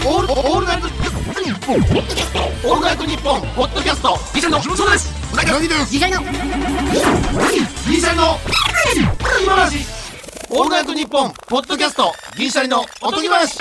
オールナイトニッポンオールナイトニッポンポッドキャストギシャリの木本そうです。うなぎです。ギシャリの今話オールナイトニッポンポッドキャストギシャリのおとぎ話。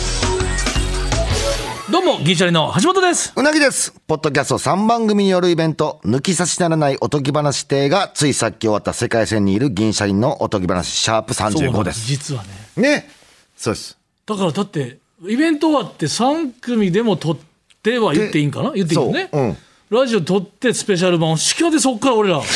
どうもギシャリの橋本です。 うなぎです。ポッドキャスト3番組によるイベント抜き差しならないおとぎ話亭がついさっき終わった世界線にいる銀シャリのおとぎ話シャープ35です。 実はね、そうです。 だからだってイベント終わって3組でも撮っては言っていいんかな、言っていいよね、ラジオ撮ってスペシャル版をしかでそっから俺ら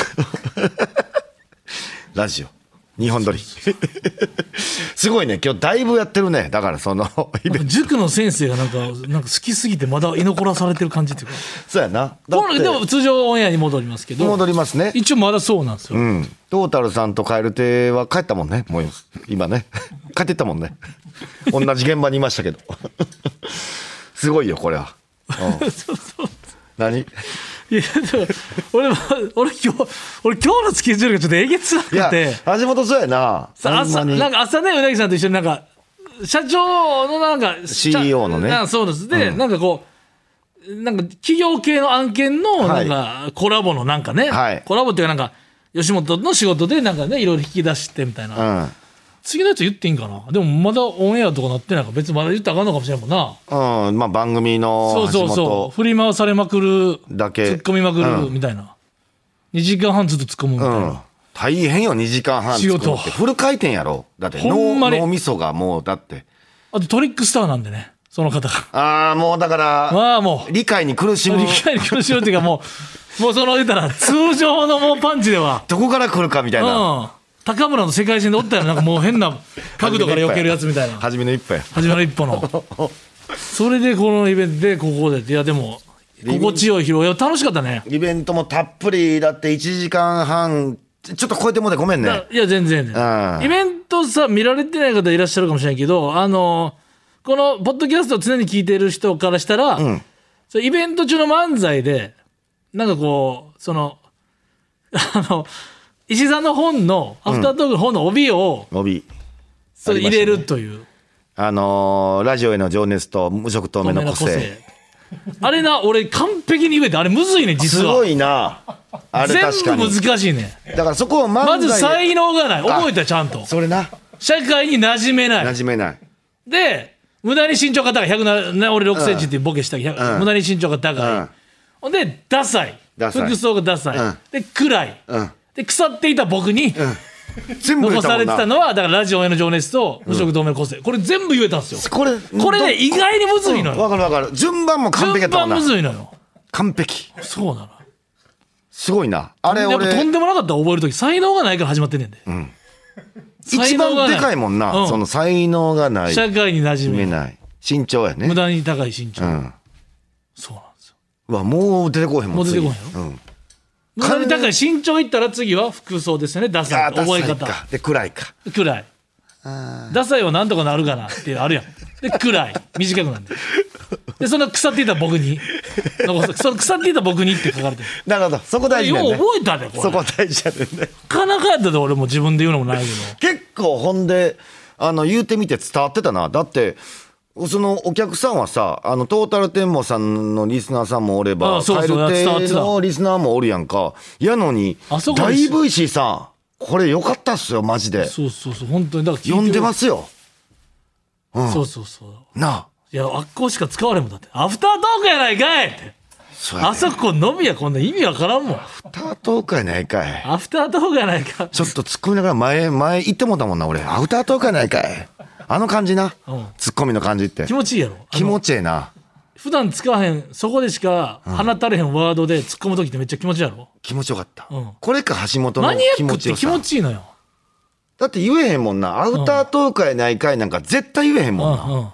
ラジオ2本撮りすごいね、今日だいぶやってるね。だからそのイベント塾の先生がなんか好きすぎてまだ居残らされてる感じっていうかそうやな。 でも通常オンエアに戻りますけど、 戻りますね。 一応まだそうなんですよ、 トータルさんと蛙亭は帰ったもんね。もう今ね帰ってったもんね同じ現場にいましたけどすごいよこれはそう何いやでも俺今日のスケジュールがちょっとえげつなくて。 いや橋本そうやな。 なんか朝ねうなぎさんと一緒になんか社長のなんか CEO のね。 そうです。で、なんかこうなんか企業系の案件のなんかコラボのなんかね、コラボっていうかなんか吉本の仕事でなんかねいろいろ引き出してみたいな、次のやつ言っていいんかな。でもまだオンエアとかなってないから別にまだ言ったらあかんのかもしれんもんな。 まあ番組の橋本そう振り回されまくるだけ突っ込みまくるみたいな、2時間半ずっと突っ込むみたいな、 大変よ2時間半突っ込むってフル回転やろ。だって脳みそがもうだって、 あとトリックスターなんでねその方が。 もうだからもう理解に苦しむっていうかもうその言ったら通常のもうパンチではどこから来るかみたいな、 高村の世界線でおったらなんかもう変な角度から避けるやつみたいな初めの一歩や。 初めの一歩のそれでこのイベントでここでいやでも心地よい疲労、いや楽しかったね。 イベントもたっぷりだって1時間半ちょっと超えてもうてごめんね。 いや全然、イベントさ見られてない方いらっしゃるかもしれないけど、このポッドキャストを常に聞いてる人からしたら、そイベント中の漫才でなんかこうその石井さんの本のアフタートークの本の帯を、それ入れるという、 ラジオへの情熱と無色透明の個性あれな俺完璧に言えて、あれむずいね実は。 すごいなあれ。確かに全部難しいね。 だからそこをまず才能がない、覚えたちゃんと。 それな、 社会に馴染めないで、無駄に身長が高い100俺6センチっていうボケしたけど、無駄に身長が高い、ほんでダサい、服装がダサい、で暗い、で腐っていた僕に、残されてたのはだからラジオへの情熱と無色透明の個性、これ全部言えたんですよ。これね意外にむずいのよ。 わかる順番も完璧やったもんな。 順番むずいのよ。 完璧。 そうなの。 すごいなあれ。俺やっぱとんでもなかった。覚えるとき才能がないから始まってんねんで、 一番でかいもんな、その才能がない、 社会に馴染めない、身長やね、 無駄に高い身長、そうなんですよ。 うわもう出てこへんもん。 もう出てこへんよ、無駄に高い身長いったら次は服装ですよね。ダサい覚え方で暗いダサいはなんとかなるかなってあるやん。で暗い短くなるんでその腐っていた僕にその腐っていた僕にって書かれてる。 なるほど、そこ大事だね。 よう覚えたでこれ。 そこ大事だね。 なかなかやったで俺も自分で言うのもないけど結構ほんで言うてみて伝わってたな。だってそのお客さんはさ、トータルテンボさんのリスナーさんもおれば、蛙亭のリスナーもおるやんか。やのに大 VC さんこれ良かったっすよマジで。 そう本当にだから読んでますよ、 そうなあ。 いやあっこしか使われんもん。だってアフタートークやないかいって、あそこのみやこんな意味わからんもん。 アフタートークやないかい。 アフタートークやないか。 ちょっと突っ込みながら前行ってもうたもんな俺。アフタートークやないかい。あの感じな、ツッコミの感じって気持ちいいやろ。 気持ちいいな。 普段使わへんそこでしか放たれへんワードで突っ込む時ってめっちゃ気持ちいいやろ。 気持ちよかった、これか橋本の気持ちよさ。 マニアックって気持ちいいのよ。 だって言えへんもんな、アフタートークやないかいなんか絶対言えへんもんな、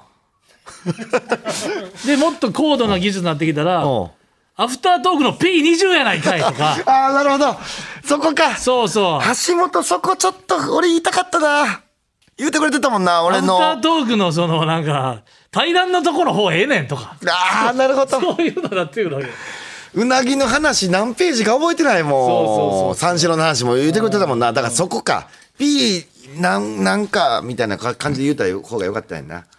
でもっと高度な技術になってきたら、アフタートークの P20 やないかいとかなるほど、そこか。 そう橋本そこちょっと俺言いたかったな。言うてくれてたもんな俺の。 アフタートークのそのなんか対談のところの方ええねんとか。 なるほど。 そういうのだっていうの。 うなぎの話何ページか覚えてないもん。三四郎の話も言うてくれてたもんな。だからそこか P なんかみたいな感じで言うた方がよかったんやな。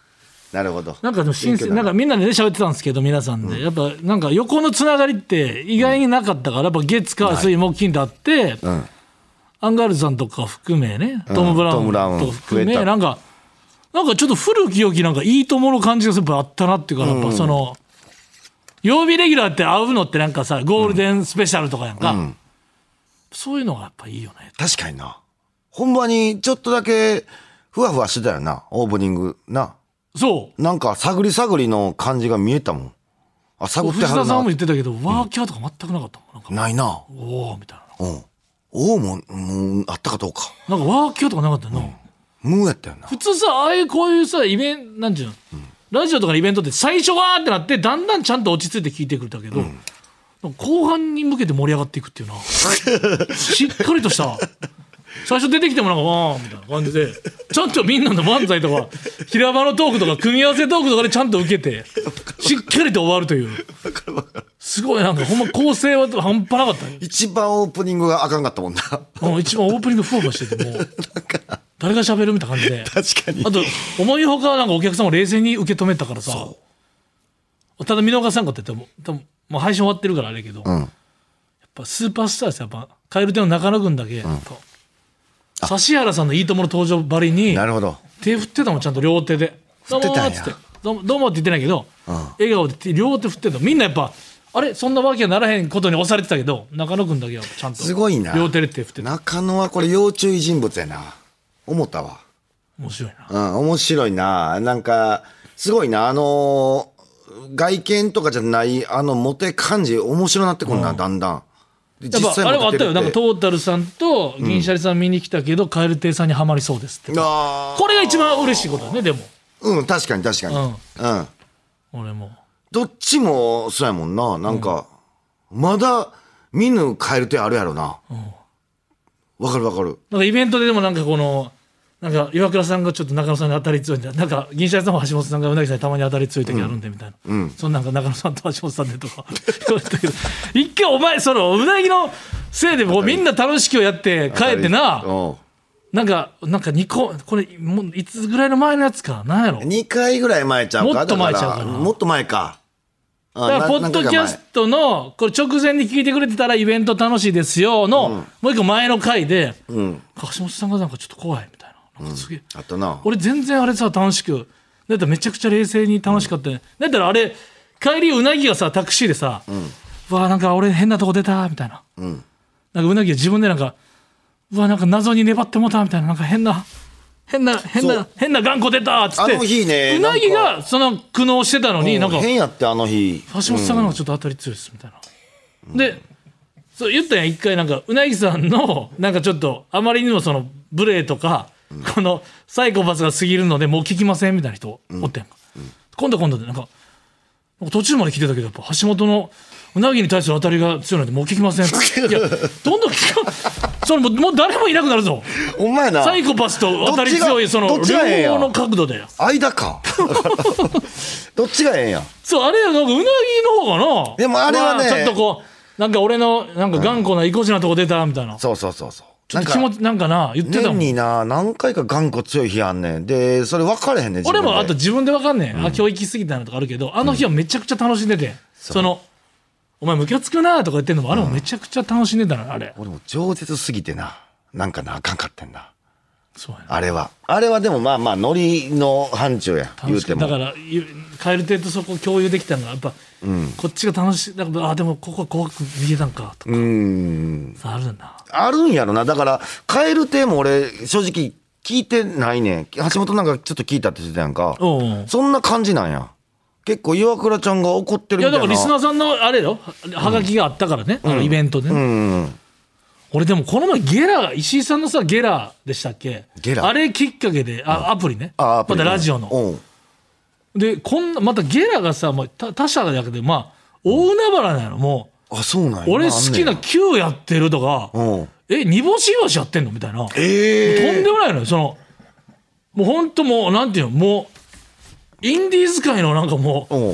なるほど。 なんかでも新鮮なんかみんなでね喋ってたんですけど皆さんで、やっぱなんか横のつながりって意外になかったから、やっぱ月火水木金とあって、アンガールズさんとか含めね、トム・ブラウンと含めなんかちょっと古き良きなんかいいともの感じがやっぱあったなっていうか、やっぱその曜日レギュラーって会うのってなんかさゴールデンスペシャルとかやんか、そういうのがやっぱいいよね。 確かにな。ほんまにちょっとだけふわふわしてたよな、オープニングな。 そうなんか探り探りの感じが見えたもん。あ、探ってはるな。 藤田さんも言ってたけど、ワーキャーとか全くなかったもん。なんかないな。 おおみたいな。 おおもあったかどうか。 なんかワーキャーとかなかったよな。 無やったよな。 普通さ、ああいうこういうさイベントなんていうの、ラジオとかのイベントって最初わーってなってだんだんちゃんと落ち着いて聞いてくれたけど、後半に向けて盛り上がっていくっていうな。しっかりとした最初出てきてもなんかわーみたいな感じでちゃんとみんなの漫才とか平場のトークとか組み合わせトークとかでちゃんと受けてしっかりと終わるという。すごいなんかほんま構成は半端なかったね。 一番オープニングがあかんかったもんな。 一番オープニングふわふわしててもう誰が喋るみたいな感じで。 確かに。 あと思いほかなんかお客さんも冷静に受け止めたからさ、ただ見逃さんかったってもう配信終わってるからあれやけど、やっぱスーパースターです。やっぱ蛙亭の中野君だけ、指原さんのいいともの登場ばりになるほど手振ってたもん。ちゃんと両手でどうもーっつってどうもって言ってないけど、笑顔で両手振ってた。みんなやっぱあれそんなわけはならへんことに押されてたけど、中野君だけはちゃんとすごいな。 両手で手振ってた。 中野はこれ要注意人物やな思ったわ。 面白いな。 面白いな。なんかすごいな。外見とかじゃないモテ感じ面白なってくるな、だんだん。 やっぱあれはあったよ。なんかトータルさんと銀シャリさん見に来たけど、蛙亭さんにはまりそうですって。これが一番嬉しいことだね。でも確かに確かに。 俺もどっちもそうやもんな。なんかまだ見ぬ蛙亭あるやろな。わかるわかる。 なんかイベントででもなんかこのなんか岩倉さんがちょっと中野さんに当たり強いんだ。なんか銀シャリさんも橋本さんがうなぎさんにたまに当たり強い時あるんでみたいな。そんなんか中野さんと橋本さんでとか言われたけど、一回お前そのうなぎのせいでもうみんな楽しくやって帰ってな。なんか2個これもういつぐらいの前のやつかなんやろ。 2回ぐらい前ちゃうか。 もっと前ちゃうかな。 もっと前か。 だからポッドキャストのこれ直前に聞いてくれてたらイベント楽しいですよの、もう一個前の回で、橋本さんがなんかちょっと怖いみたいな。なんかすげえ。 あったな。 俺全然あれさ楽しくだったらめちゃくちゃ冷静に楽しかったね。だったらあれ帰りうなぎがさタクシーでさ、わあなんか俺変なとこ出たみたいな、なんかうなぎが自分でなんかうわなんか謎に粘ってもたみたいな、なんか変な頑固出たっつって、 日ね、 うなぎがその苦悩してたのになんか変やって橋本さんがなんかちょっと当たり強いですみたいな、でそう言ったやん一回なんかうなぎさんのなんかちょっとあまりにもその無礼とか、このサイコパスが過ぎるのでもう聞きませんみたいな人おったやんか、今度でなんか途中まで聞いてたけどやっぱ橋本のうなぎに対する当たりが強いのでもう聞きませんいやどんどん聞かそれもう誰もいなくなるぞお前な。 サイコパスと当たり強いその両方の角度で間かどっちがええんや。 そうあれやなんかうなぎの方がな。 でもあれはねちょっとこうなんか俺のなんか頑固な意固地なとこ出たみたいな、 そうちょっと気持ちなんかな言ってたもん。 年にな何回か頑固強い日あんねん。でそれ分かれへんねん。 俺もあと自分で分かんねん、今日行き過ぎたなとかあるけど、あの日はめちゃくちゃ楽しんでて、そのお前ムカつくなとか言ってんのもあれもめちゃくちゃ楽しんでたなあれ。 俺も饒舌すぎてなんかなあかんかってんな。 そうやな。 あれはでもまあノリの範疇や言うても。 だから蛙亭とそこ共有できたのがやっぱ、こっちが楽しい。だからでもここ怖く見えたんかとかさあるんだ。 あるんやろな。だから蛙亭も俺正直聞いてないねん。橋本なんかちょっと聞いたって言ってたやんか。そんな感じなんや。結構岩倉ちゃんが怒ってるみたいな。いやだからリスナーさんのあれよはがきがあったからね、イベントでね、俺でもこの前石井さんのさゲラでしたっけ。あれきっかけでアプリね、またラジオのでこんなまたゲラがさ他社だけでまあ大海原なのもう。 あそうなんや。 俺好きな Q やってるとか煮干しイワシやってんのみたいな、とんでもないのよ。そのもうほんともうなんていうのもうインディーズ界のなんかもう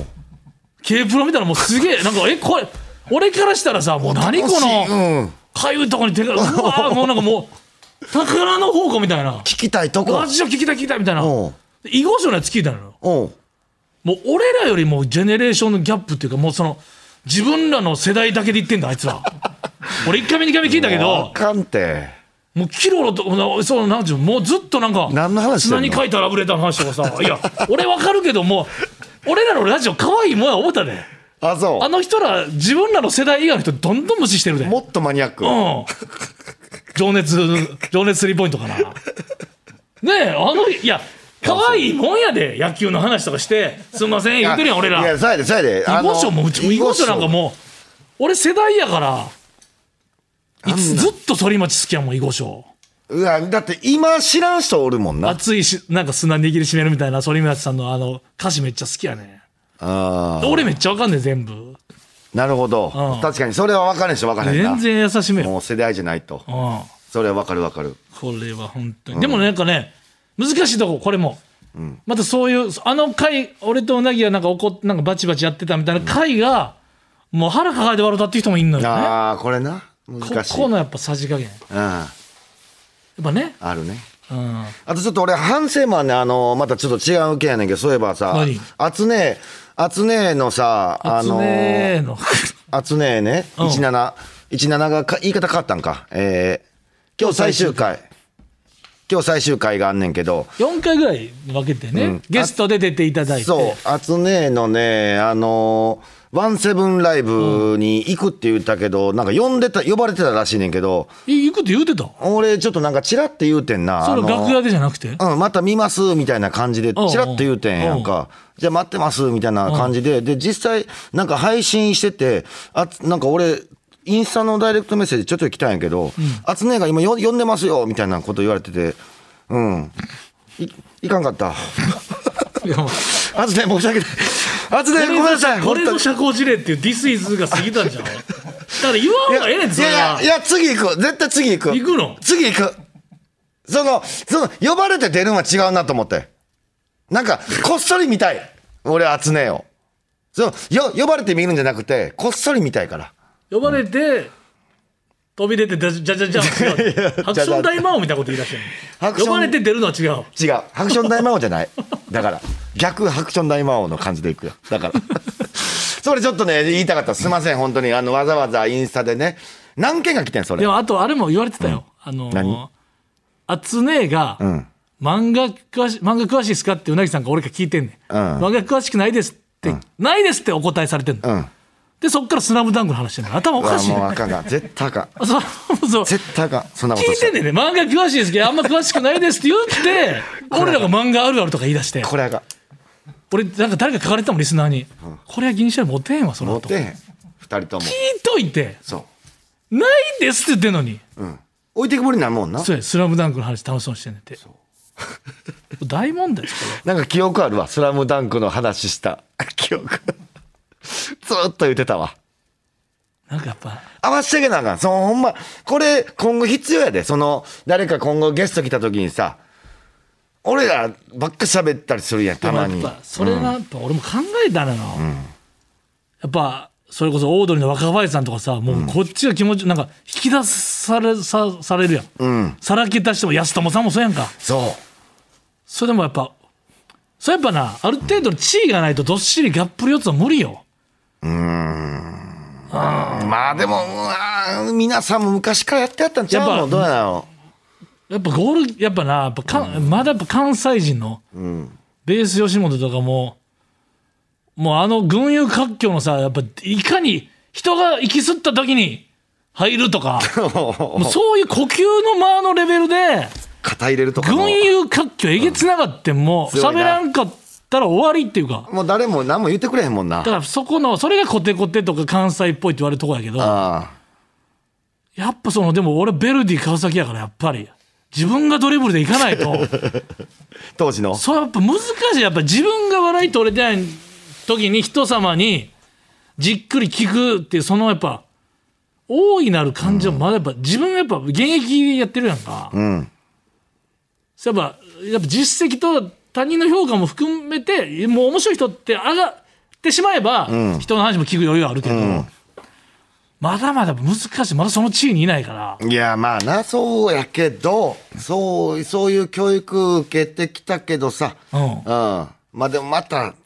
K プロみたいなもうすげえなんかこれ俺からしたらさもう何このかゆいとこに手がうわもうなんかもう宝の宝庫みたいな。 聞きたいとこラジオ聞きたいみたいな囲碁書のやつ聞いたのよ。 もう俺らよりもジェネレーションのギャップっていうか、もうその自分らの世代だけで言ってんだあいつら。俺1回目2回目聞いたけど、 あかんて。 もうキロロとそうなんちゅう、もうずっとなんか何の話してんの？ 砂に書いたラブレターの話とかさ、いや俺わかるけども、俺らのラジオ可愛いもんや思ったで。 あ、そう。 あの人ら自分らの世代以外の人どんどん無視してるで。 もっとマニアック。 情熱スリーポイントかな。ねえ、いや可愛いもんやで、野球の話とかしてすんません言うてるやん俺ら。 いや、そうやでそうやで。 囲碁将も囲碁将なんかもう俺世代やから、ずっと反町好きやもん囲碁将。 うわ、だって今知らん人おるもんな。 熱いし、なんか砂握りしめるみたいな反町さんの歌詞めっちゃ好きやね。俺めっちゃわかんねん全部。 なるほど、確かにそれは分かる人分かるんな。 全然優しめよ。 もう世代じゃないと。それは分かる分かる。 これは本当に、でもなんかね難しいとここれも、またそういう回俺とうなぎがなんかバチバチやってたみたいな回が、もう腹抱えて笑ったっていう人もいんのよね。 ああこれな難しい。 ここのやっぱさじ加減、やっぱねあるね。あとちょっと俺反省もね、またちょっと違う件やねんけど、そういえばさ、厚ねのさ、厚ねね、17が言い方変わったんか。今日最終回があんねんけど、 4回ぐらい分けてね、ゲストで出ていただいて。 そう厚ねのね、ワンセブンライブに行くって言ったけど、なんか呼ばれてたらしいねんけど。 行くって言うてた？ 俺ちょっとなんかチラって言うてんな。 それ楽屋でじゃなくて？ また見ますみたいな感じでチラって言うてんやんか。じゃあ待ってますみたいな感じで、で実際なんか配信してて、なんか俺インスタのダイレクトメッセージちょっと来たんやけど、厚ねが今呼んでますよみたいなこと言われてて、いかんかった。厚ね申し訳ない。厚ねごめんなさい。 これぞ社交辞令っていうディスイズが過ぎたんじゃん。だから言わんほうがええねん。 いや次行く、絶対次行く。 行くの？ 次行く。その呼ばれて出るのは違うなと思って。なんかこっそり見たい。俺厚ねを。呼ばれて見るんじゃなくてこっそり見たいから。呼ばれて、飛び出てじゃハクション大魔王みたいなこと言い出してる。呼ばれて出るのは違う。 ハクション大魔王じゃない。だから逆ハクション大魔王の感じでいくよ。だからそれちょっとね言いたかった。すいません本当にわざわざインスタでね何件が来てんそれ。 でもあとあれも言われてたよ。厚ねが、漫画詳しいですかってうなぎさんが俺から聞いてんねん。漫画詳しくないですって、ないですってお答えされてんの。でそっからスラムダンクの話してんの。頭おかしいね。 もうあかんが絶対あかん。 そう絶対あかん。そんなこと聞いてんねんね。漫画詳しいですけどあんま詳しくないですって言って俺らが漫画あるあるとか言い出して、 これあかん。 俺なんか誰か書かれてたもんリスナーに、これは銀シャリ持てへんわその後。 持てへん。2人とも聞いといて、 そうないですって言ってんのに、 置いてくぼりになるもんな。 そうや、スラムダンクの話楽しそうにしてんねんて。大問題ですこれ。なんか記憶あるわ。スラムダンクの話した記憶ずっと言ってたわ。 なんかやっぱ合わせてあげなあかん。ほんまこれ今後必要やで。誰か今後ゲスト来た時にさ、俺らばっか喋ったりするやんたまに。 やっぱそれはやっぱ俺も考えたのよ、やっぱそれこそオードリーの若林さんとかさ、もうこっちが気持ちなんか引き出されるやん、さらけ出しても安友さんもそうやんか。それでもやっぱな、ある程度の地位がないとどっしりギャップル4つは無理よ。 まあでも皆さんも昔からやってやったんちゃうの？どうやろう。やっぱゴールやっぱな、まだやっぱ関西人の、ベース吉本とかもう群雄割拠のさ、やっぱいかに人が息吸った時に入るとかもうそういう呼吸の間のレベルで肩入れるとか群雄割拠えげつながっても喋らんかったら終わりっていうか、 もう誰も何も言ってくれへんもんな。 だからそれがコテコテとか関西っぽいって言われるとこやけど、やっぱでも俺ベルディ川崎やから、やっぱり自分がドリブルでいかないと当時のそうやっぱ難しい。やっぱ自分が笑い取れてない時に人様にじっくり聞くっていうやっぱ大いなる感情、まだやっぱ自分がやっぱ現役やってるやんか、やっぱ実績と他人の評価も含めてもう面白い人って上がってしまえば、人の話も聞く余裕あるけど、まだまだ難しい。まだその地位にいないから。 いやまあな、そうやけどそういう教育受けてきたけどさ、まあでもまた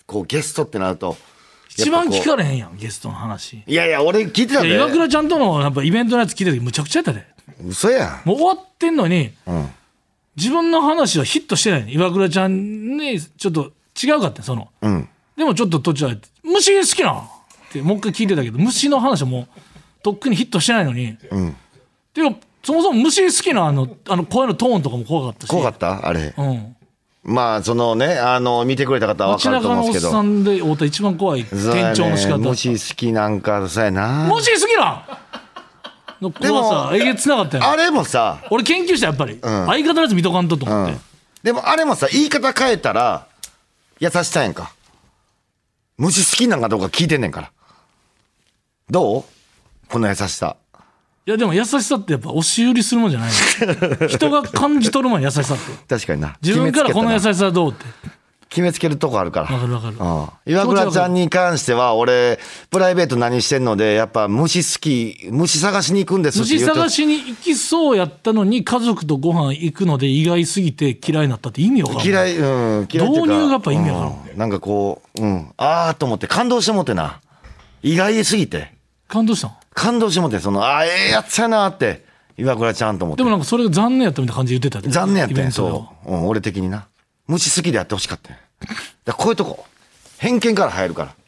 こうゲストってなると一番聞かれへんやんゲストの話。 いやいや俺聞いてたで。 岩倉ちゃんとのやっぱイベントのやつ聞いてた時むちゃくちゃやったで。 嘘やもう終わってんのに、自分の話はヒットしてないね。岩倉ちゃんにちょっと違うかったその、でもちょっと途中で虫好きなってもう一回聞いてたけど、虫の話はもうとっくにヒットしてないのに、でもそもそも虫好きなあの声のトーンとかも怖かったし。 怖かったあれ。まあそのね見てくれた方は分かると思うんですけど、 街中のおっさんで会うた一番怖い店長の仕方。 虫好きなんかそうやな。 虫好きなんの怖さえげつなかったよ。 あれもさ俺研究したやっぱり、相方のやつ見とかんとと思って、 でもあれもさ言い方変えたら優しさやんか。虫好きなんかどうか聞いてんねんから。どうこの優しさ。 いやでも優しさってやっぱ押し売りするもんじゃないの人が感じ取るもん優しさって確かにな。 自分からこの優しさどうって決めつけるとこあるから。 分かる分かる。 岩倉ちゃんに関しては俺プライベート何してんのでやっぱ虫好き、虫探しに行くんですって虫探しに行きそうやったのに家族とご飯行くので意外すぎて嫌いになったって意味わからん。 嫌い、嫌いっていうか導入がやっぱ意味わからん、 なんかこう、あーと思って感動してもってな。意外すぎて感動したん。 感動してもってええやつやなって岩倉ちゃんと思って。 でもなんかそれが残念やったみたいな感じで言ってたで。 残念やったんそう、俺的にな虫好きでやってほしかったんだこういうとこ偏見から入るから、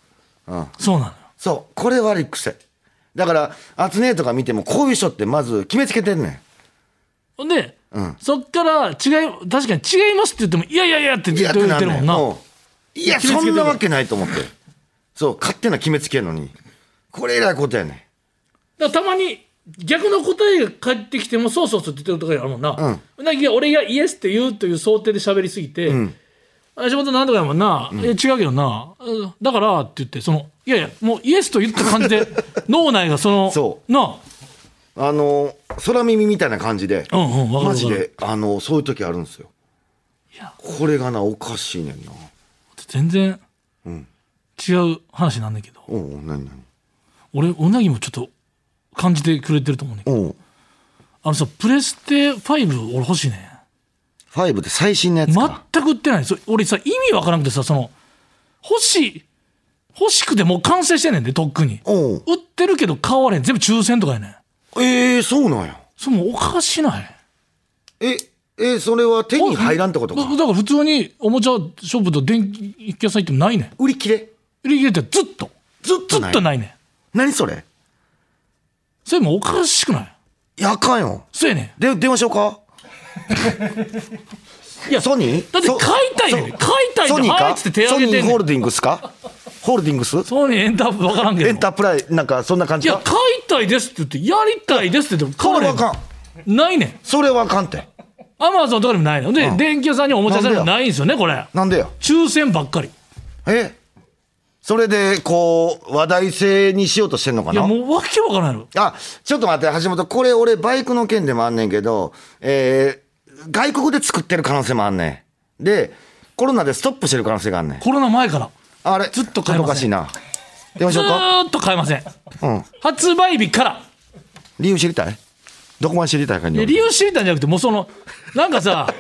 そうなのよ。 そうこれ悪い癖だから厚ねとか見てもこういう人ってまず決めつけてんねん。 ほんで、そっから確かに違いますって言ってもいやいやいやって言ってるもんな。 いやそんなわけないと思ってそう勝手な決めつけるのにこれえらいことやねん。 だからたまに逆の答えが返ってきてもそうそうそうって言ってるとこあるもんな、俺がイエスって言うという想定で喋りすぎて、橋本なんとかやもんな、違うけどな、だからって言っていやいやもうイエスと言った感じで脳内がそうな空耳みたいな感じで、 マジでそういう時あるんですよ。 いやこれがなおかしいねんな。 全然、違う話なんだけど、 何俺うなぎもちょっと感じてくれてると思うねんけど、プレステ5俺欲しいねん。 5って最新のやつか。 全く売ってない。俺さ意味わからなくてさ欲しくてもう完成してんねんでとっくに売ってるけど買われん全部抽選とかやねん。 そうなんや。 それもおかしない。 それは手に入らんってことか。 だから普通におもちゃショップと電気屋さん行ってもないねん。 売り切れってずっとないねん。 何それ。 それもおかしくない。 いやあかんよ。 そうやねん。 電話しようか。いやソニーだって買いたいねん。買いたいってはいっつって手挙げてんねん。 ソニーホールディングスか。ホールディングスソニーエンター分からんけどエンタープライなんかそんな感じか。 いや買いたいですって言ってやりたいですって言って買われへん。 それはあかん。ないねん。 それはあかんってアマゾンとかにもないので、電気屋さんにおもちゃ屋さんにもないんですよねこれ。 なんでよ。 抽選ばっかり。 それでこう話題性にしようとしてんのかな。 いやもうわけわからないの。 ちょっと待って橋本これ俺バイクの件でもあんねんけど、外国で作ってる可能性もあんねん。でコロナでストップしてる可能性があんねん。 コロナ前からあれずっと買えません。 おかしいな。出ましょうか。 ずっと買えません、発売日から。 理由知りたい。どこまで知りたいかに。 理由知りたいんじゃなくてもうなんかさ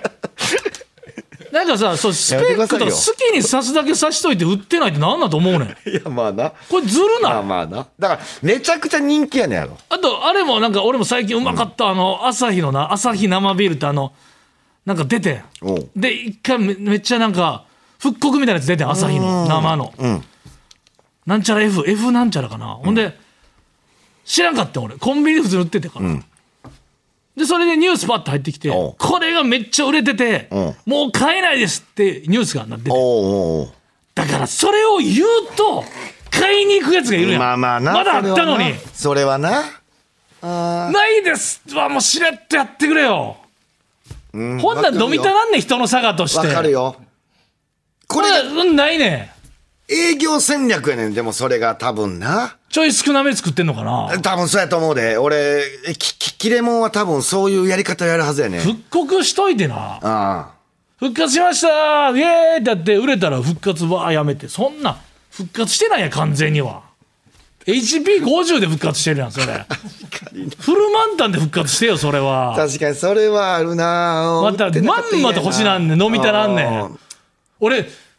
スペックとか好きに刺すだけ刺しといて売ってないってなんだと思うねん。 いやまあなこれずるない。 まあなだからめちゃくちゃ人気やねんやろ。 あとあれもなんか俺も最近うまかった、朝日のな朝日生ビールってなんか出てで一回めっちゃなんか復刻みたいなやつ出て朝日の生の、なんちゃら F なんちゃらかな、ほんで知らんかった俺コンビニで普通に売っててから、でそれでニュースパッと入ってきてこれがめっちゃ売れててもう買えないですってニュースがなってて、だからそれを言うと買いに行くやつがいるやん。まだあったのにそれはなないですはもうしれっとやってくれよ。ほんなん飲みたなんねん人の差がとして。 わかるよ。 これないねん。営業戦略やねん。でもそれが多分なちょい少なめ作ってんのかな。 多分そうやと思うで。俺切れ者は多分そういうやり方やるはずやねん。 復刻しといてな。復活しましたイエーイってやって売れたら復活はやめて、そんな復活してないや完全には。 HP50 で復活してるやんそれフル満タンで復活してよそれは。 確かにそれはあるな。 まんまと星なんねん飲みたなんねん。俺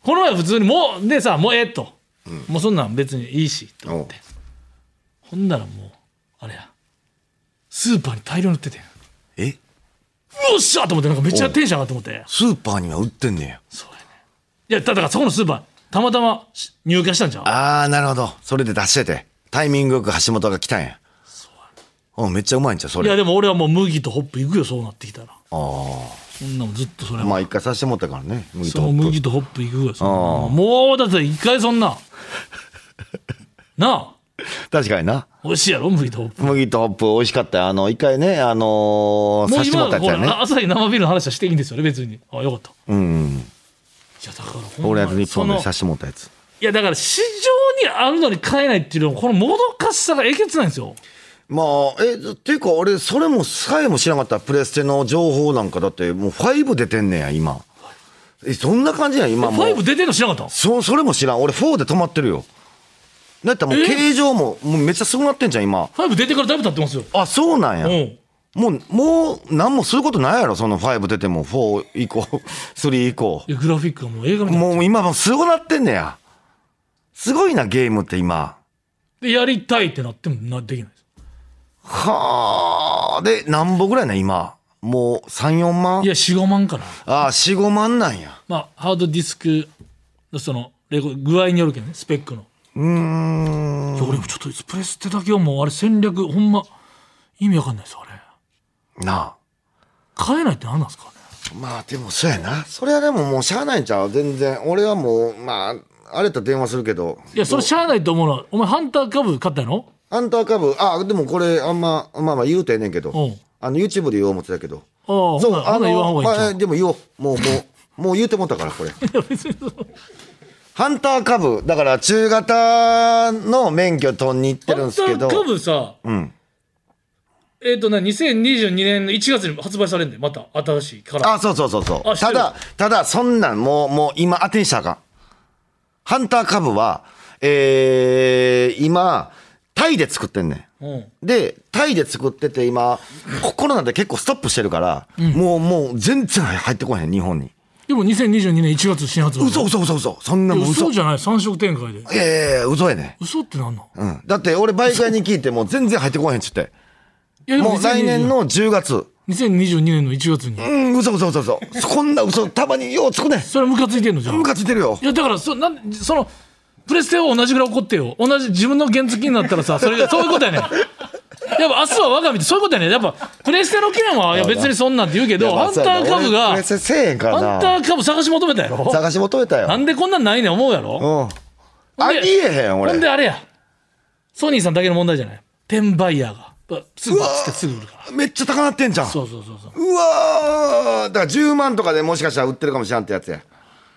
この前普通にもうでさもうと、もうそんなん別にいいしと思って、ほんならもうあれやスーパーに大量に売ってて、よっしゃと思って、なんかめっちゃテンション上がって思って、 スーパーには売ってんねや。 そうやね。いやだからそこのスーパーたまたま入荷したんちゃう。 ああなるほど、それで出しててタイミングよく橋本が来たんや。そうやね。めっちゃうまいんちゃうそれ。 いやでも俺はもう麦とホップいくよ、そうなってきたら。 あそんなもんずっとそれはまあ一回させてもらったからね、 麦とホップ。そう麦とホップいくよ、もうだって一回そんななあ確かにな、 美味しいやろ麦とホップ。 麦とホップ美味しかったよ。一回ねさせてもらったやつやね。 朝日生ビールの話はしていいんですよね別に。あよかった。いやだから俺やつ日本でさせてもらったやつ。 いやだから市場にあるのに買えないっていうのはこのもどかしさがえげつないんですよ。 まあっていうか俺それもさえも知らなかった。プレステの情報なんかだってもう5出てんねや今。そんな感じや今もう。 5出てんの知らなかった。 それも知らん。俺4で止まってるよ。だってもう形状もめっちゃすごなってんじゃん今。 5出てからだいぶ経ってますよ。 あそうなんや。もう何もすることないやろその5出ても4以降3以降。 いやグラフィックがもう映画みたいな。 もう今もうすごなってんねや。すごいなゲームって今。 でやりたいってなってもできないです。 はあ。で何本ぐらいな今。もう3、4万。 いや4、5万かな。 ああ4、5万なんや。 まあハードディスクのその具合によるけどねスペックの。俺もちょっとプレステだけはもうあれ戦略ほんま意味わかんないですあれ。 なあ買えないって何なんですかね。 まあでもそうやな。それはでももうしゃあないんちゃう。全然俺はもうまああれと電話するけど。 いやそれしゃあないと思うのはお前ハンター株買ったの。 ハンター株でもこれまあ言うてんねんけどYouTube で言おう思ってたけど。 そう言わん方がいいんちゃう。 でも言おうもう言うてもったからこれ。いや別にハンター株だから中型の免許取りに行ってるんですけど。 ハンター株さ、2022年の1月に発売されるんでまた新しいから。 そうただそんなんもう今当てにしたらあかん。ハンター株は今タイで作ってんねん、でタイで作ってて今コロナで結構ストップしてるから、もう全然入ってこへん日本に。 でも2022年1月新発売。 嘘そんなもん嘘じゃない。3色展開で。 いや嘘やね。 嘘ってなんの。 だって俺媒介に聞いても全然入ってこへんっつって。もう来年の10月 2022年の1月に。 嘘こんな嘘たまにようつくねん。 それムカついてんのじゃん。 ムカついてるよ。 いやだからそのプレステは同じぐらい怒ってよ。同じ自分の原付になったらさそういうことやねん。やっぱ明日は我が身ってそういうことやね。やっぱプレステの件は別にそんなんって言うけど、ハンター株がハンター株探し求めたやろ。 探し求めたよ。 なんでこんなんないねん思うやろ。 ありえへん俺。 ほんであれやソニーさんだけの問題じゃない。転売ヤーがすぐバッつってすぐ売るから。 めっちゃ高なってんじゃん。 そううわだから10万とかでもしかしたら売ってるかもしれんってやつや。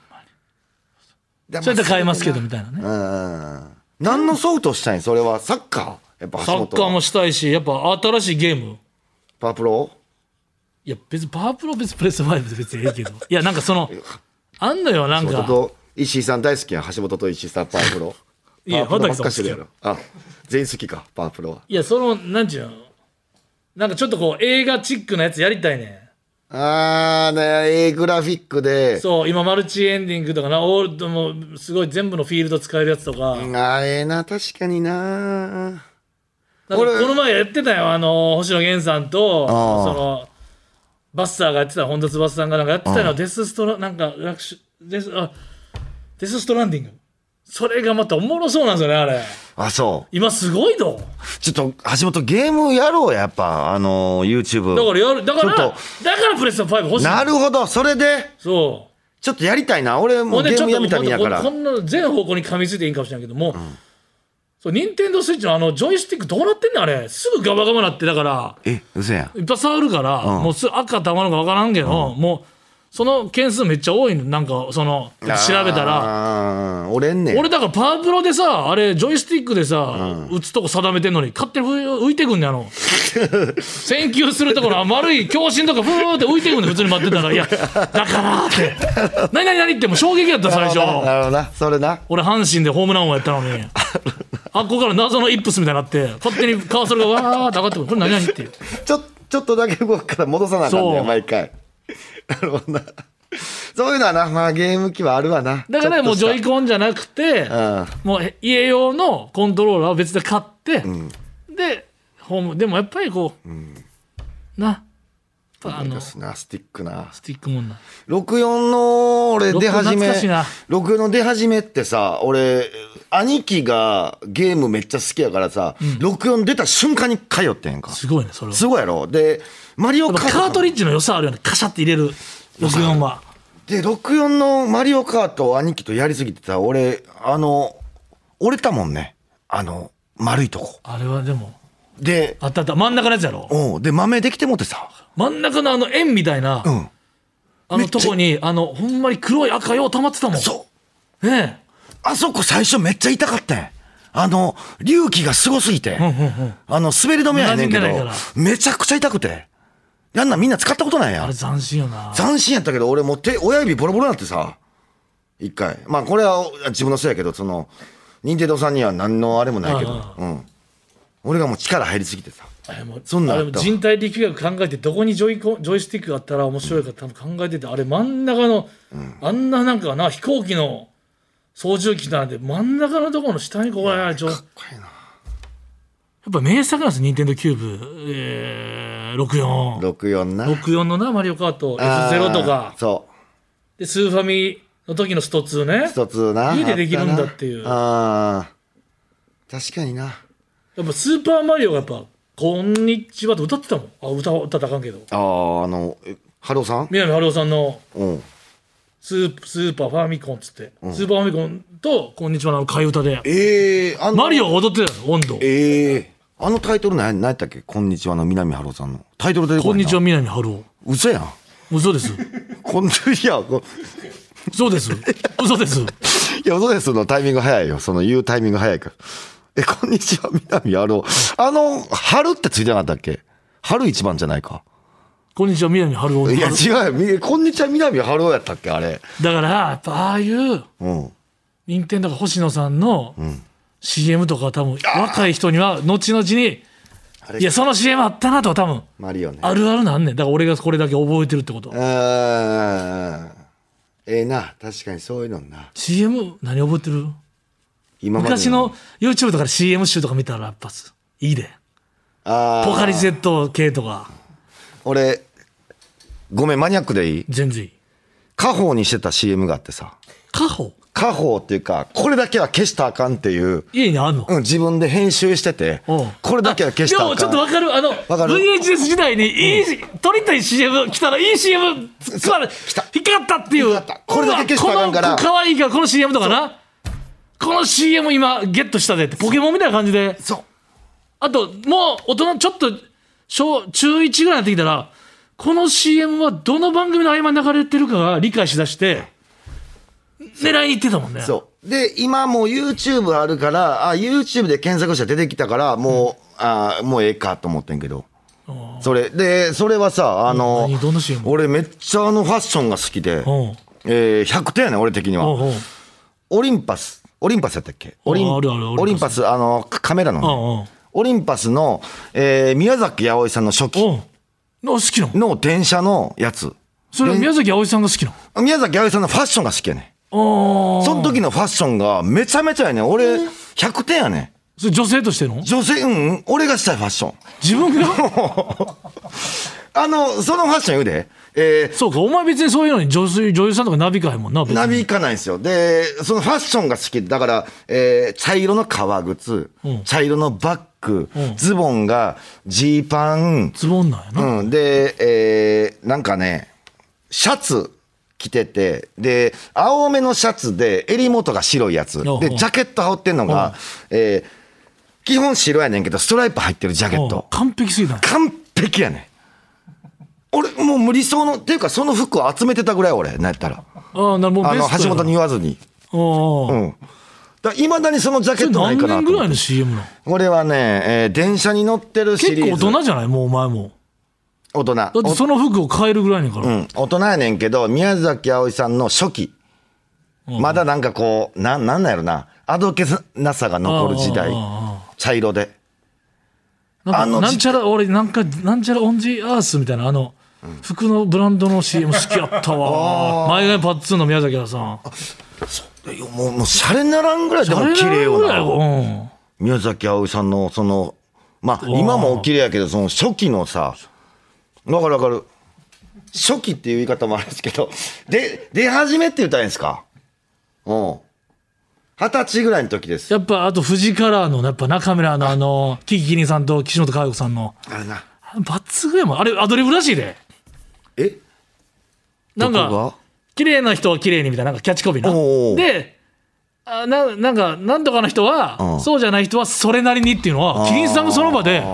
それで買えますけどみたいなね。 何のソフトしたいんそれは。サッカーやっぱサッカーもしたいし、やっぱ新しいゲームパワープロ。 いや別にパワープロ別にプレステ5で別にええけどいやなんかそのあんのよなんか石井さん大好きやん。橋本と石井さんパワープロ。 いや畑さん好きやろ。 全員好きかパワープロは。 いやそのなんちゅうのなんかちょっとこう映画チックなやつやりたいね。 グラフィックで。 そう今マルチエンディングとかなオールドもすごい全部のフィールド使えるやつとか。 確かにな。 この前やってたよ星野源さんとそのバッサーがやってた本田翼さんがなんかやってたのデスストランデスストランディング。それがまたおもろそうなんですよねあれ。 そう今すごいの。 ちょっと橋本ゲームやろうやっぱYouTube。 だからプレステ5欲しい。なるほどそれでそうちょっとやりたいな。俺もゲームやめた身やから。 こんな全方向に噛みついていいんかもしれないけども、任天堂スイッチのジョイスティックどうなってんねんあれ。すぐガバガバなってだから嘘やいっぱい触るから、もう赤玉のか分からんけど、もうその件数めっちゃ多いの。なんかその調べたら俺だからパワープロでさあれジョイスティックでさ、打つとこ定めてんのに勝手に浮いてくんねん選球するところ丸い強心とかふーって浮いてくんねん普通に待ってたら。いやだからって何ってもう衝撃やった最初。 なるほどなそれな。 俺阪神でホームラン王やったのにあっこから謎のイップスみたいになって勝手にカーソルがわーって上がってくる。これ何っていうちょっとだけ動くから戻さなあかんねん毎回。なるほどな。 そういうのはな、まあゲーム機はあるわな。 だからもうジョイコンじゃなくて、もう家用のコントローラーを別で買って、でホームでもやっぱりこう、なスティックな。 スティックもんな。 64の俺出始め、64の出始めってさ、俺兄貴がゲームめっちゃ好きやからさ、64出た瞬間に通ってんか。 すごいねそれは。 すごいやろ。でマリオカートリッジの良さあるよね。カシャって入れる64は。 で64のマリオカートを兄貴とやりすぎてた。俺折れたもんね。丸いとこ。 あれはでも。 であった真ん中のやつやろ。 で豆できてもってさ。 真ん中の円みたいな、とこにほんまに黒い赤よう溜まってたもん。そうねえ、 あそこ最初めっちゃ痛かったん。隆起がすごすぎて、滑り止めやねんけどめちゃくちゃ痛くて、やんなみんな使ったことないやん。 あれ斬新よな。 斬新やったけど俺もう親指ボロボロになってさ、一回。まあこれは自分のせいやけど、任天堂さんには何のあれもないけど、俺がもう力入りすぎてさ。 そんな人体力学考えて、どこにジョイスティックがあったら面白いか多分考えてて、あれ真ん中の、あんななんかな飛行機の操縦機なんて真ん中のところの下にこうやっぱ名作なんです、任天堂キューブ、64 な 64のなマリオカート F0 とか。 そうでスーファミの時のスト2ね。 スト2な。 家でできるんだっていう。 確かにな。 やっぱスーパーマリオがやっぱこんにちはって歌ってたもん。歌ったらあかんけど。 ハローさん、 南春夫さんのスーパーファミコンっつって、スーパーファミコンとこんにちはの替え歌で、マリオが踊ってたよ温度。 タイトル何やったっけ？こんにちはの南春夫さんのタイトルで。 こんにちは南春夫。 嘘やん。 嘘です。そうです。嘘です。 いや嘘ですのタイミング早いよ。言うタイミング早いから。こんにちは南春夫。春ってついてなかったっけ？春一番じゃないか。 こんにちは南春夫。 いや違うよ。こんにちは南春夫やったっけあれ。 だからやっぱああいう任天堂が星野さんの CM とか多分若い人には後々に、いやその CM あったなとか多分マリオね、 あるあるなんねん。だから俺がこれだけ覚えてるってこと。 確かにそういうのな。 CM 何覚えてる？昔の YouTube とかで CM 集とか見たらやっぱいいで。ポカリスエット系とか。 俺ごめんマニアックでいい？ 全然いい。 家宝にしてた CM があってさ。 家宝っていうか、これだけは消したらあかんっていう。 家にあんの？ 自分で編集してて、これだけは消したらあかん。 でもちょっと分かる。VHS 時代に撮りたい CM 来たらいい CM 引っかかったっていう。 これだけ消したらあかんから。 この可愛いからこの CM とかな。この CM 今ゲットしたでってポケモンみたいな感じで。 そう。 あともう大人ちょっと中1ぐらいになってきたら、この CM はどの番組の合間に流れてるかが理解しだして狙いに行ってたもんね。 そうで今もう YouTube あるから、YouTube で検索したら出てきたからもう、もうええかと思ってんけど、それはさ俺めっちゃファッションが好きで、100点やね俺的には。オリンパスやったっけ？オリンパスカメラのね、オリンパスの、宮崎あおいさんの初期好きなの電車のやつ。 それ宮崎あおいさんが好きなの？宮崎あおいさんのファッションが好きやね。その時のファッションがめちゃめちゃやね。俺100点やね。 それ女性としての？ 女性、俺がしたいファッション。 自分がそのファッション言うで。 そうか、お前別にそういうのに女優さんとかなびかへんもんな。 なびかないんですよ。でそのファッションが好きだから、茶色の革靴、茶色のバッグ、ズボンがジーパン、 ズボンなんやな。 で、なんかねシャツ着てて、で青めのシャツで襟元が白いやつでジャケット羽織ってんのが、基本白やねんけどストライプ入ってるジャケット。 完璧すぎた。 完璧やねん。俺もう無理想のっていうかその服を集めてたぐらい俺なんやったら橋本に言わずに。いまだにそのジャケットないかなと。 何年ぐらいの CM なの？ これはね、電車に乗ってるシリーズ。 結構大人じゃない？もうお前も大人だってその服を買えるぐらいねんから。 大人やねんけど宮崎あおいさんの初期、まだなんかこうなんなんやろな、あどけなさが残る時代、茶色でなんちゃら俺なんちゃらオンジーアースみたいな服のブランドの CM 好きやったわ。前髪パッツンの宮崎さん。 もうシャレにならんぐらいでも綺麗よな。宮崎あおいさんのまあ今もお綺麗やけど、その初期のさ、わかるわかる。初期っていう言い方もあるんですけど、出始めって言ったらいいんですか。20歳ぐらいの時です。 やっぱあとフジカラーのやっぱ中村のキキキリンさんと岸本佳代子さんのあれな。 抜群やもん。あれアドリブらしいで。なんか綺麗な人は綺麗にみたいな、なんかキャッチコピーな。で、なんとかの人は、そうじゃない人はそれなりにっていうのは、キリンさんがその場で、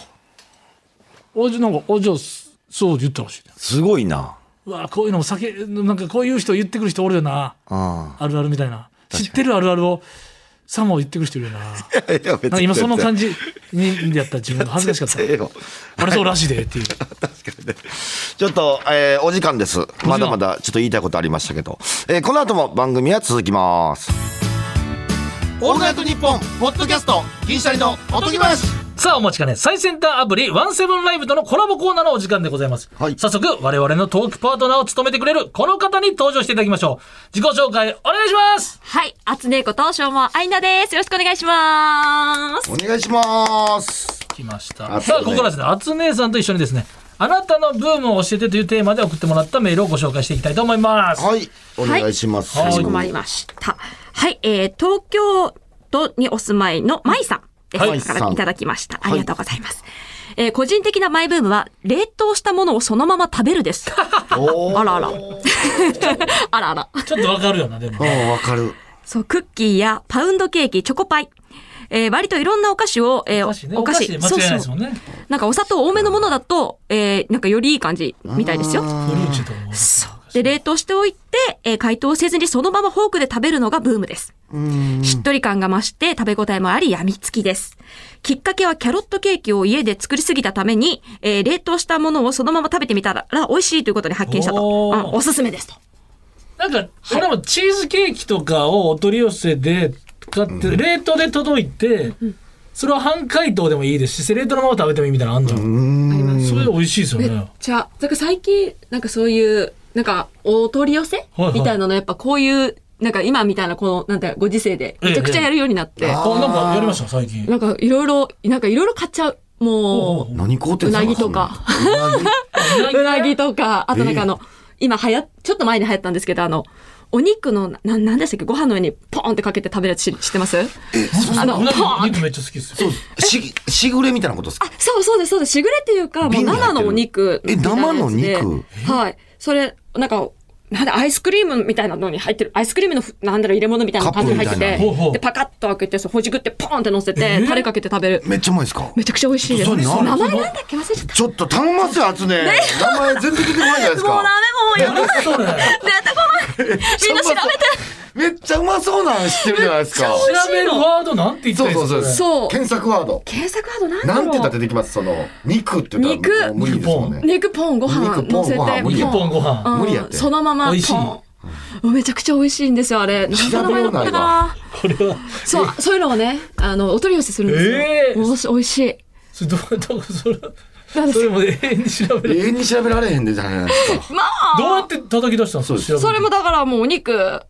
じゃあそう言ったらしい。 すごいな。 うわ、こういうのもなんかこういう人言ってくる人おるよな。あるあるみたいな。知ってるあるあるをさも言ってくる人いるよな。今その感じにやったら自分が恥ずかしかった。あれそうらしいでっていう。確かにね。ちょっと、お時間です。まだまだちょっと言いたいことありましたけど、この後も番組は続きます。 オールナイトニッポンポッドキャスト銀シャリのおとぎ話。 さあお待ちかね、最先端アプリワンセブンライブとのコラボコーナーのお時間でございます、はい、早速我々のトークパートナーを務めてくれるこの方に登場していただきましょう。自己紹介お願いします。 はい、あつねえことしょうもあいなです。よろしくお願いします。 お願いします。 来ました。さあここからですね、あつねえさんと一緒にですね、あなたのブームを教えてというテーマで送ってもらったメールをご紹介していきたいと思います。 はい、お願いします。 かしこまりました。はい、東京都にお住まいのまいさんからいただきました。ありがとうございます。個人的なマイブームは冷凍したものをそのまま食べるです。あらあらあらあら。 ちょっとわかるよな。でもわかる。 そう、クッキーやパウンドケーキ、チョコパイ、割といろんなお菓子を、 お菓子で間違いないですもんね。 そうなんかお砂糖多めのものだと、なんかよりいい感じみたいですよ。 フルーチェと思う。 そうで冷凍しておいて、解凍せずにそのままフォークで食べるのがブームです。しっとり感が増して食べ応えもありやみつきです。きっかけはキャロットケーキを家で作りすぎたために、冷凍したものをそのまま食べてみたら美味しいということに発見したと。おすすめですと。 なんか俺もチーズケーキとかをお取り寄せで買って、冷凍で届いて、それは半解凍でもいいですし、冷凍のまま食べてもいいみたいなのあんじゃん。それ美味しいですよね。 めっちゃだから最近なんかそういうなんかお取り寄せみたいなのやっぱこういうなんか今みたいなこのなんてご時世でめちゃくちゃやるようになって、 なんかやりました最近。 なんかいろいろ買っちゃう。もう何買うてんうなぎとかうなぎとか、あとなんか今ちょっと前に流行ったんですけどお肉のなんでしたっけ、ご飯の上にポンってかけて食べるやつ知ってます？ お肉めっちゃ好きですよ。 しぐれみたいなことですか？ そうです。しぐれっていうかもう生のお肉みたいなやつで。生の肉？はい。それなんかアイスクリームみたいなのに入ってる、アイスクリームの入れ物みたいな感じに入ってて、でパカッと開けてほじくってポンって乗せてタレかけて食べる。 めっちゃうまいですか？ めちゃくちゃ美味しいです。名前なんだっけ忘れちゃった。 ちょっと頼ますよ、あつね。名前全然出てこないじゃないですか。 もうダメ、もうやばい。出てこない。みんな調べて。 めっちゃうまそうなの知ってるじゃないですか。 調べるワードなんて言ったらいいですか？ そう。 検索ワードなんて言ったら出てきます？その肉って言ったら無理ですもんね。 肉ポンご飯乗せて。 肉ポンご飯。 無理やって。 そのままポン。めちゃくちゃ美味しいんですよあれ。なんか名前だったかな。 これはそういうのをねお取り寄せするんですよ。美味しい。 それも永遠に調べられへんでじゃないですか。 まあどうやって叩き出したんですか？ それもだからもうお肉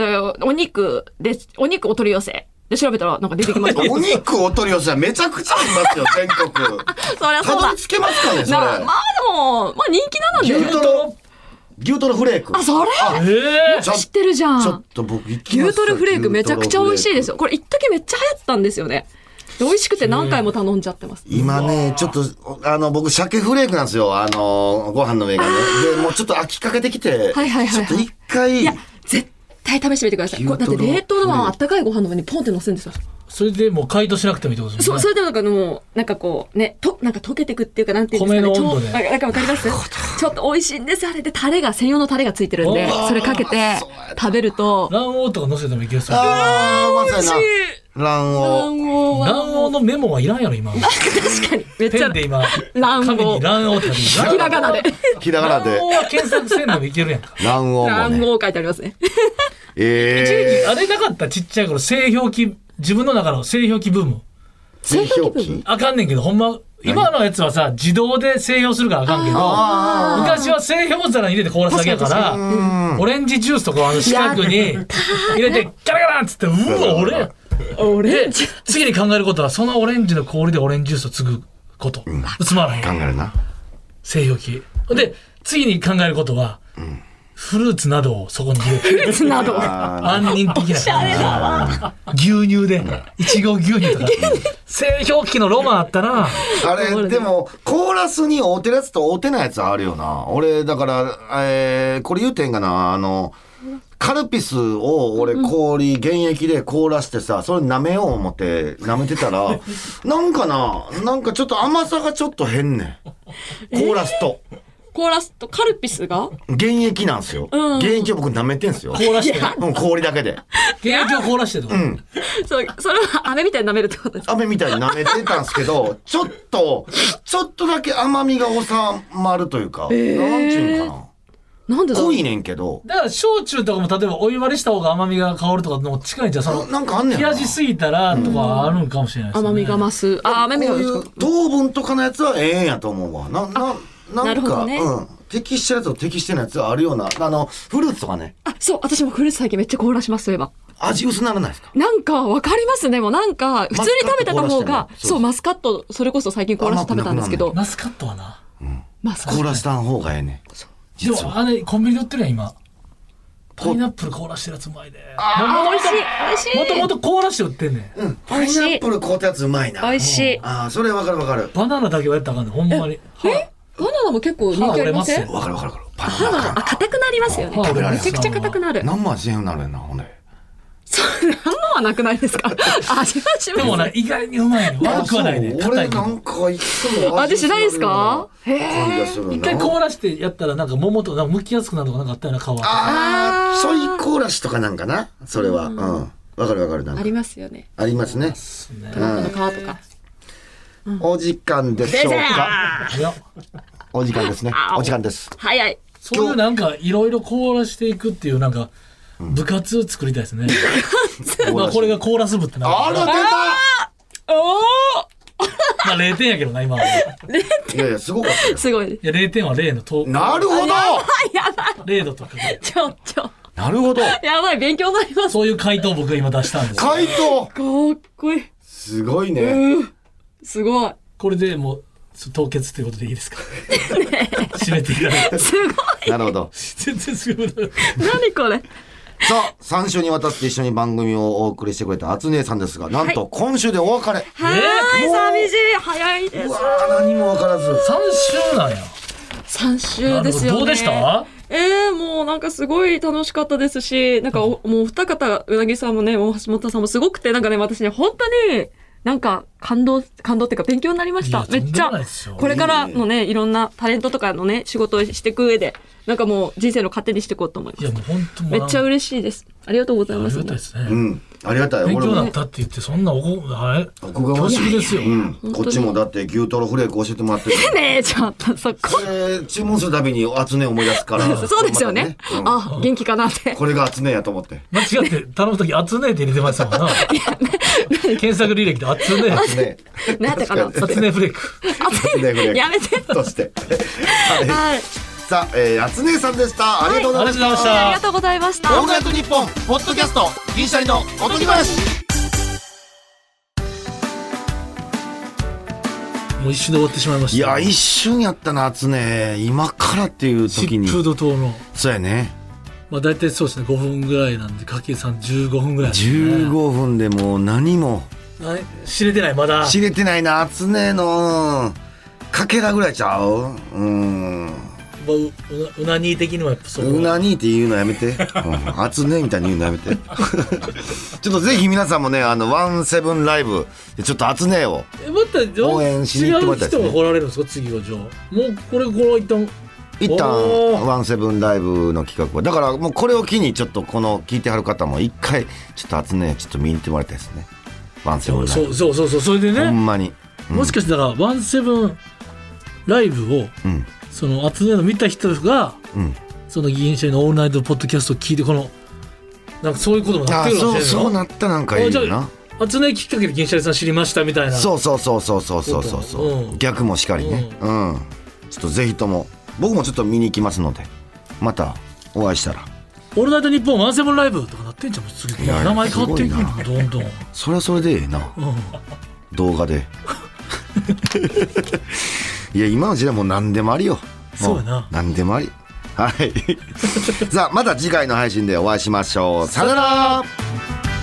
お取り寄せで調べたらなんか出てきました。 お肉お取り寄せはめちゃくちゃありますよ全国。 そりゃそうだ。 たどり着けますかねそれ。 まあでも人気なので。 牛トロフレーク。 それ知ってるじゃん。 ちょっと僕牛トロフレークめちゃくちゃ美味しいですよ。これ一時めっちゃ流行ったんですよね。美味しくて何回も頼んじゃってます。 今ねちょっと僕鮭フレークなんですよ。ご飯の上がね。でもうちょっと飽きかけてきて、ちょっと一回。いや絶対試してみてください。だって冷凍のままあったかいご飯の上にポンって乗せるんですよ。 それでもう解凍しなくてもいいってことですね。 それでなんかこうねなんか溶けてくっていうかなんていうんですかね。 米の温度で。 なんかわかります？ちょっと美味しいんですあれで専用のタレがついてるんでそれかけて食べると。 卵黄とか乗せてもいける。 美味しい。 卵黄のメモはいらんやろ今。 確かにめっちゃ。 ペンで今卵黄ってひらがなで。 卵黄は検索せんでもいけるやんか。 卵黄書いてありますね。 一時期あれなかったちっちゃい頃製氷機自分の中の製氷機ブーム。 製氷機あかんねんけどほんま今のやつはさ自動で製氷するからあかんけど昔は製氷皿に入れて凍らすだけやからオレンジジュースとか四角に入れてガラガラっつってうわ俺次に考えることはそのオレンジの氷でオレンジジュースを継ぐこと、つまらへん考えるな製氷機で次に考えることは、フルーツなどをそこに入れてフルーツなど杏仁的な牛乳でいちご牛乳とか製氷機のロマンあったな。 あれでもコーラスに合うてるやつと合うてないやつあるよな。俺だから、これ言うてんかな、カルピスを俺氷原液で凍らしてさ、それ舐めよう思って舐めてたらなんかちょっと甘さがちょっと変ねん。凍らすとカルピスが原液なんですよ、原液を僕舐めてんすよ。 凍らして氷だけで原液を凍らしてると、 それは飴みたいに舐めるってことですか？ 飴みたいに舐めてたんですけどちょっとだけ甘みが収まるというか、なんちゅうんかな、 なんでだろう、 濃いねんけど、 だから焼酎とかも例えばお湯割りした方が甘みが香るとかの近いんじゃん。 なんかあんねんな、 冷やしすぎたらとかあるんかもしれないですね。 甘みが増す。甘みが増す。 糖分とかのやつはええんやと思うわ。なんか、ね、適してるやつと適してないやつがあるような、フルーツとかね。 そう、私もフルーツ最近めっちゃ凍らします、そういえば。 味薄ならないですか？ なんか、わかりますね。もうなんか、普通に食べた方が、そう、マスカット、それこそ最近凍らして食べたんですけど。 マスカットはな。 凍らした方がええね。 でも、コンビニで売ってるやん、今。パイナップル凍らしてるやつうまいで。 美味しい。 もともと凍らして売ってんねん。 パイナップル凍ったやつうまいな。 美味しい。 それわかる。 バナナだけはやったらあかんねん、ほんまに。 バナナも結構人気ありません？ わかる。 歯が硬くなりますよね。めちゃくちゃ硬くなる。 何も味せんなるやんな、ほんで。 そう、何もはなくないですか？味はします。 でもな、意外にうまいね。悪くはないね。 俺なんかいつも味しないですか？ 一回凍らしてやったらなんか桃とか剥きやすくなるとかなんかあったような皮。 ソイ凍らしとかなんかな、それは。わかる。 ありますよね。 ありますね。 トマトの皮とか。 お時間でしょうか？お時間ですね。お時間です。 早い。 そういうなんかいろいろ凍らしていくっていうなんか部活を作りたいですね。まあこれがコーラス部ってなる。 出た。 まあ0点やけどな今は。 いやすごかったよ。 すごい。 いや0点は0のと。 なるほど。 やばい。 0度とか。 ちょ。 なるほど。 やばい、勉強になります。 そういう回答を僕が今出したんです。 回答。 かっこいい。 すごいね。 すごい。 これでもう凍結ということでいいですか？締めていただいて。 すごい。 なるほど。 全然すごい。 何これ。 さあ3週にわたって一緒に番組をお送りしてくれたあつねえさんですが、なんと今週でお別れ。 はい、寂しい。早いです。 何も分からず 3週なんや。 3週ですよね。 どうでした？ もうなんかすごい楽しかったですし、なんかもう二方、うなぎさんもね、橋本さんもすごくて、なんかね、私ね、本当に、なんか感動っていうか勉強になりました。めっちゃこれからのね、いろんなタレントとかのね仕事をしていく上でなんかもう人生の糧にしていこうと思います。いやもう本当めっちゃ嬉しいです。ありがとうございます。 ありがたいですね。 ありがたい。 勉強になったって言ってそんな恐縮ですよ。 こっちもだって牛トロフレーク教えてもらってる。 ねえちょっとそこ。 注文するたびにあつね思い出すから。 そうですよね。あ元気かなって。 これがあつねやと思って。 間違って頼むときあつねって入れてましたもんな。検索履歴であつね。 何やったかな。 あつねフレーク。 やめて。 そして。はい。さあ、あつねさんでした。ありがとうございました。 ありがとうございました。 オールナイトニッポンポッドキャスト銀シャリのおとぎ話。 もう一瞬で終わってしまいました。 いや一瞬やったなあつね。今からっていう時に。 疾風怒涛の。 そうやね。 まあ大体そうですね5分ぐらいなんでかけ3 15分ぐらい、ね。 15分でもう何も。 知れてないまだ。 知れてないなあつねのかけらぐらいちゃう。 うなに的にはやっぱそう。 うなにって言うのやめて。あつねみたいに言うのやめて。ちょっとぜひ皆さんもねワンセブンライブでちょっとあつねを応援しに行ってもらいたいですね。 違う人が来られるんですか次はじゃあ。もうこれ一旦ワンセブンライブの企画はだからもうこれを機にちょっとこの聞いてはる方も一回ちょっとあつねちょっと見に行ってもらいたいですね。ワンセブンライブ。 そうそれでね。 ほんまに。 もしかしてだからワンセブンライブを、そのあつねの見た人が、その銀シャリのオールナイトポッドキャストを聞いてこのなんかそういうこともなってるかもしれない。 そうなったなんかいいよな。 初音きっかけで銀シャリさん知りましたみたいな。 そう、逆もしかりね。ちょっとぜひとも僕もちょっと見に行きますので、またお会いしたら。 オールナイトニッポンワンセブンライブとかなってんじゃん。次名前変わっていくのどんどん。 それはそれでええな、動画でいや今の時代もう何でもありよ。 そうやな、 何でもあり。はいさあまた次回の配信でお会いしましょう。さよなら。